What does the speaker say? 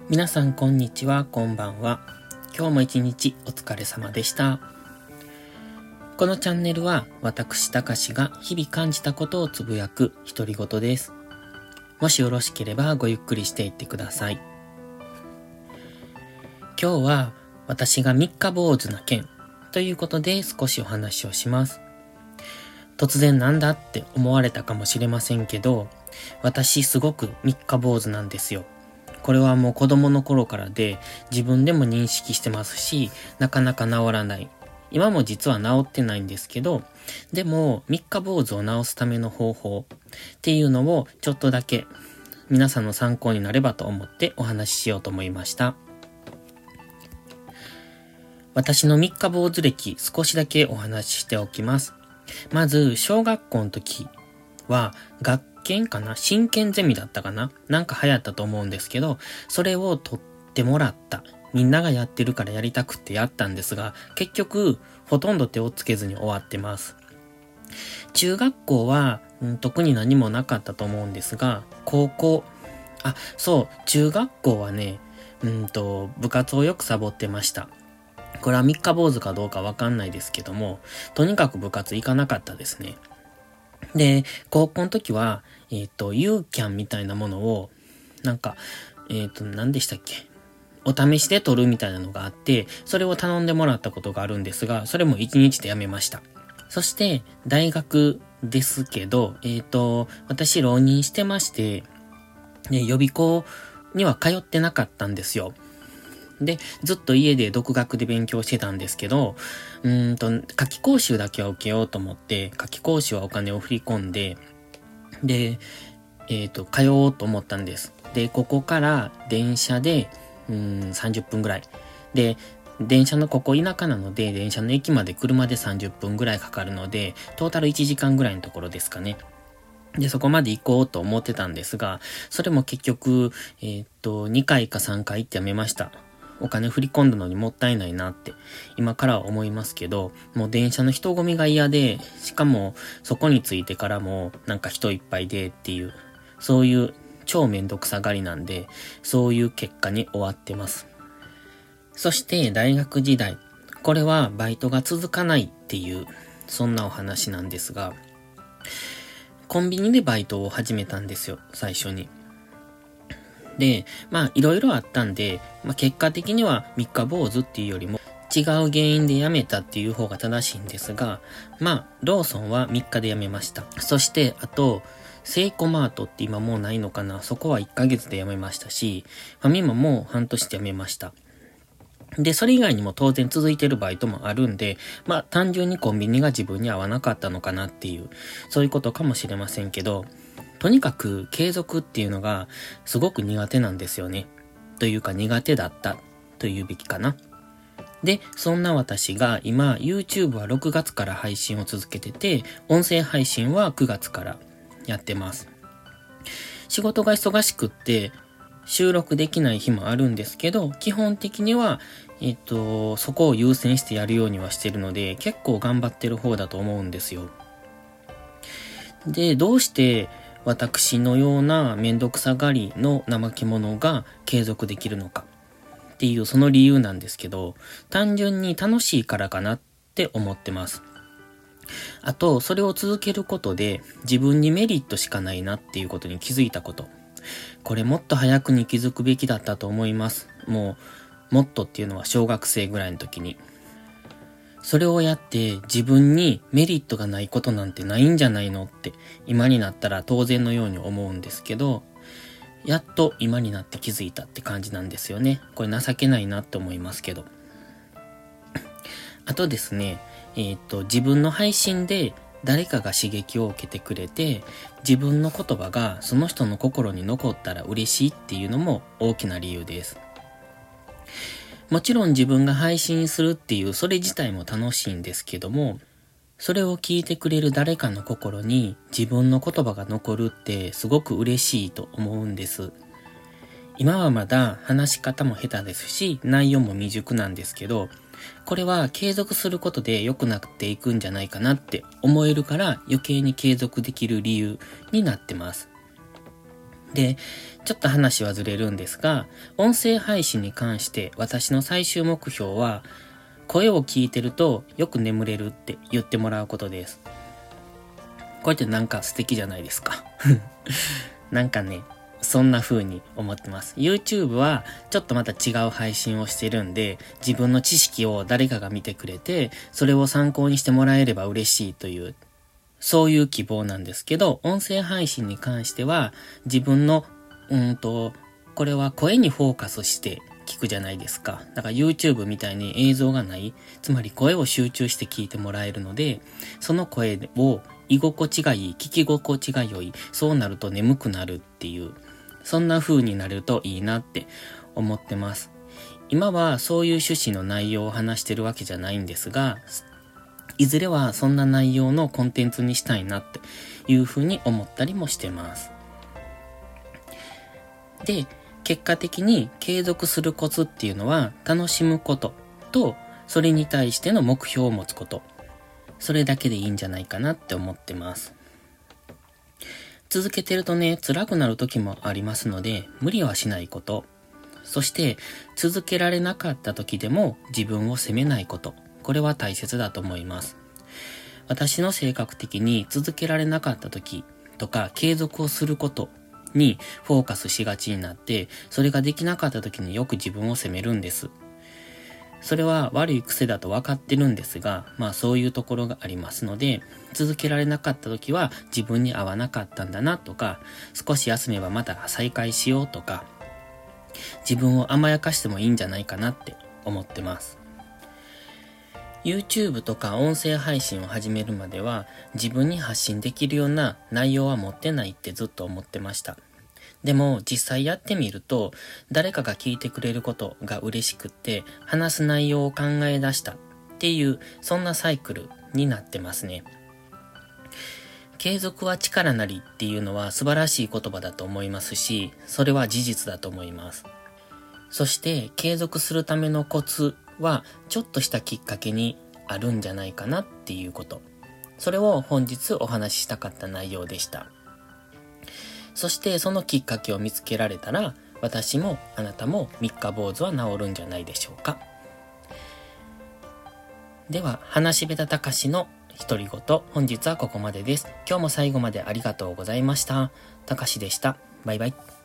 皆さんこんにちは、こんばんは。今日も一日お疲れ様でした。このチャンネルは私たかしが日々感じたことをつぶやく独り言です。もしよろしければごゆっくりしていってください。今日は私が三日坊主な件ということで少しお話をします。突然なんだって思われたかもしれませんけど、私すごく三日坊主なんですよ。これはもう子供の頃からで自分でも認識してますし、なかなか治らない。今も実は治ってないんですけど、でも三日坊主を治すための方法っていうのをちょっとだけ皆さんの参考になればと思ってお話ししようと思いました。私の三日坊主歴少しだけお話ししておきます。まず小学校の時は学研かな、真剣ゼミだったかな、なんか流行ったと思うんですけど、それを取ってもらった。みんながやってるからやりたくってやったんですが、結局ほとんど手をつけずに終わってます。中学校は、特に何もなかったと思うんですが、高校、中学校はね、部活をよくサボってました。これは三日坊主かどうかわかんないですけども、とにかく部活行かなかったですね。で、高校の時は、ユーキャンみたいなものを、何でしたっけ、お試しで取るみたいなのがあって、それを頼んでもらったことがあるんですが、それも1日でやめました。そして、大学ですけど、私浪人してまして、で、予備校には通ってなかったんですよ。で、ずっと家で独学で勉強してたんですけど、夏期講習だけは受けようと思って、夏期講習はお金を振り込んで、で、通おうと思ったんです。で、ここから電車で、30分ぐらい。で、電車のここ田舎なので、電車の駅まで車で30分ぐらいかかるので、トータル1時間ぐらいのところですかね。で、そこまで行こうと思ってたんですが、それも結局、2回か3回ってやめました。お金振り込んだのにもったいないなって、今からは思いますけど、もう電車の人混みが嫌で、しかもそこに着いてからもなんか人いっぱいでっていう、そういう超めんどくさがりなんで、そういう結果に終わってます。そして大学時代、これはバイトが続かないっていう、そんなお話なんですが、コンビニでバイトを始めたんですよ、最初に。で、いろいろあったんで、結果的には三日坊主っていうよりも違う原因で辞めたっていう方が正しいんですが、ローソンは3日で辞めました。そして、あと、セイコマートって今もうないのかな、そこは1ヶ月で辞めましたし、ファミマも半年で辞めました。で、それ以外にも当然続いてるバイトもあるんで、単純にコンビニが自分に合わなかったのかなっていう、そういうことかもしれませんけど、とにかく継続っていうのがすごく苦手なんですよね。というか苦手だったというべきかな。で、そんな私が今 YouTube は6月から配信を続けてて、音声配信は9月からやってます。仕事が忙しくって収録できない日もあるんですけど、基本的にはそこを優先してやるようにはしてるので、結構頑張ってる方だと思うんですよ。で、どうして私のようなめんどくさがりの怠け者が継続できるのかっていうその理由なんですけど、単純に楽しいからかなって思ってます。あと、それを続けることで自分にメリットしかないなっていうことに気づいたこと。これもっと早くに気づくべきだったと思います。もっとっていうのは小学生ぐらいの時に。それをやって自分にメリットがないことなんてないんじゃないのって今になったら当然のように思うんですけど、やっと今になって気づいたって感じなんですよね。これ情けないなって思いますけど。あとですね、自分の配信で誰かが刺激を受けてくれて、自分の言葉がその人の心に残ったら嬉しいっていうのも大きな理由です。もちろん自分が配信するっていうそれ自体も楽しいんですけども、それを聞いてくれる誰かの心に自分の言葉が残るってすごく嬉しいと思うんです。今はまだ話し方も下手ですし、内容も未熟なんですけど、これは継続することで良くなっていくんじゃないかなって思えるから余計に継続できる理由になってます。 で、ちょっと話はずれるんですが、音声配信に関して私の最終目標は、声を聞いてるとよく眠れるって言ってもらうことです。これってなんか素敵じゃないですか。なんかね、そんな風に思ってます。YouTube はちょっとまた違う配信をしてるんで、自分の知識を誰かが見てくれて、それを参考にしてもらえれば嬉しいという、そういう希望なんですけど、音声配信に関しては、自分の、これは声にフォーカスして聞くじゃないですか。だから YouTube みたいに映像がない、つまり声を集中して聞いてもらえるので、その声を居心地がいい、聞き心地が良い、そうなると眠くなるっていう、そんな風になるといいなって思ってます。今はそういう趣旨の内容を話してるわけじゃないんですが、いずれはそんな内容のコンテンツにしたいなっていう風に思ったりもしてます。で、結果的に継続するコツっていうのは楽しむことと、それに対しての目標を持つこと。それだけでいいんじゃないかなって思ってます。続けてるとね、辛くなる時もありますので、無理はしないこと。そして、続けられなかった時でも自分を責めないこと。これは大切だと思います。私の性格的に続けられなかった時とか、継続をすることにフォーカスしがちになって、それができなかった時によく自分を責めるんです。それは悪い癖だと分かってるんですが、そういうところがありますので、続けられなかった時は自分に合わなかったんだなとか、少し休めばまた再開しようとか、自分を甘やかしてもいいんじゃないかなって思ってます。YouTube とか音声配信を始めるまでは自分に発信できるような内容は持ってないってずっと思ってました。でも実際やってみると誰かが聞いてくれることが嬉しくって話す内容を考え出したっていうそんなサイクルになってますね。継続は力なりっていうのは素晴らしい言葉だと思いますし、それは事実だと思います。そして継続するためのコツはちょっとしたきっかけにあるんじゃないかなっていうこと。それを本日お話ししたかった内容でした。そしてそのきっかけを見つけられたら、私もあなたも三日坊主は治るんじゃないでしょうか。では、話しべたたかしの独り言、本日はここまでです。今日も最後までありがとうございました。たかしでした。バイバイ。